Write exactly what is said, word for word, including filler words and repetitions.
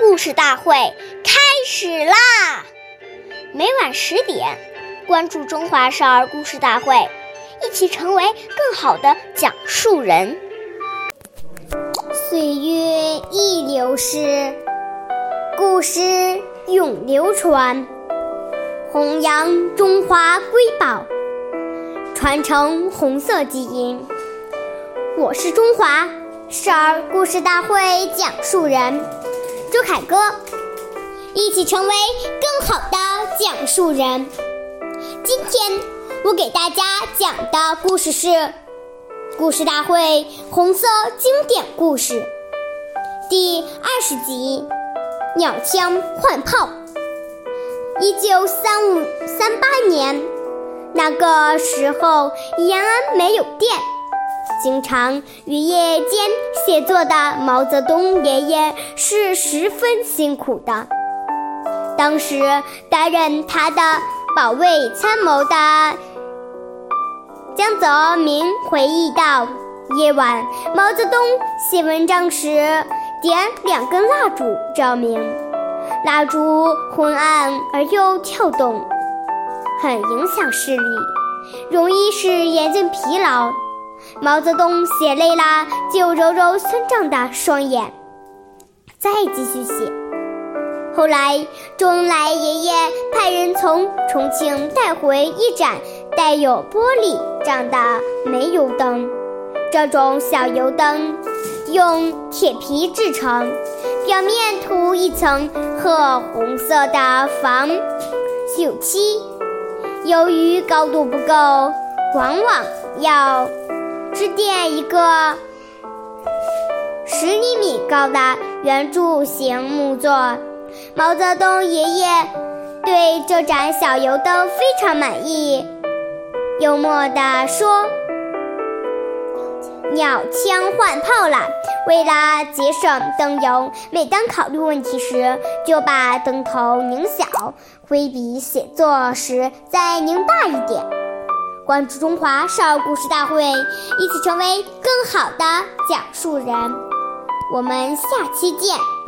故事大会开始啦！每晚十点，关注中华少儿故事大会，一起成为更好的讲述人。 岁月易流逝，故事永流传，弘扬中华瑰宝，传承红色基因。我是中华少儿故事大会讲述人周凯歌，一起成为更好的讲述人。今天我给大家讲的故事是故事大会红色经典故事第二十集，鸟枪换炮。一九三五三八年，那个时候延安没有电，经常于夜间写作的毛泽东爷爷是十分辛苦的。当时担任他的保卫参谋的江泽民回忆道，夜晚毛泽东写文章时点两根蜡烛照明，蜡烛昏暗而又跳动，很影响视力，容易使眼睛疲劳。毛泽东写累了就揉揉酸胀的双眼，再继续写。后来周恩来爷爷派人从重庆带回一盏带有玻璃帐的煤油灯，这种小油灯用铁皮制成，表面涂一层褐红色的防锈漆，由于高度不够，往往要支垫一个十厘米高的圆柱形木座。毛泽东爷爷对这盏小油灯非常满意，幽默地说，鸟枪换炮了。为了节省灯油，每当考虑问题时就把灯头拧小，挥笔写作时再拧大一点。关注中华少儿故事大会，一起成为更好的讲述人。我们下期见。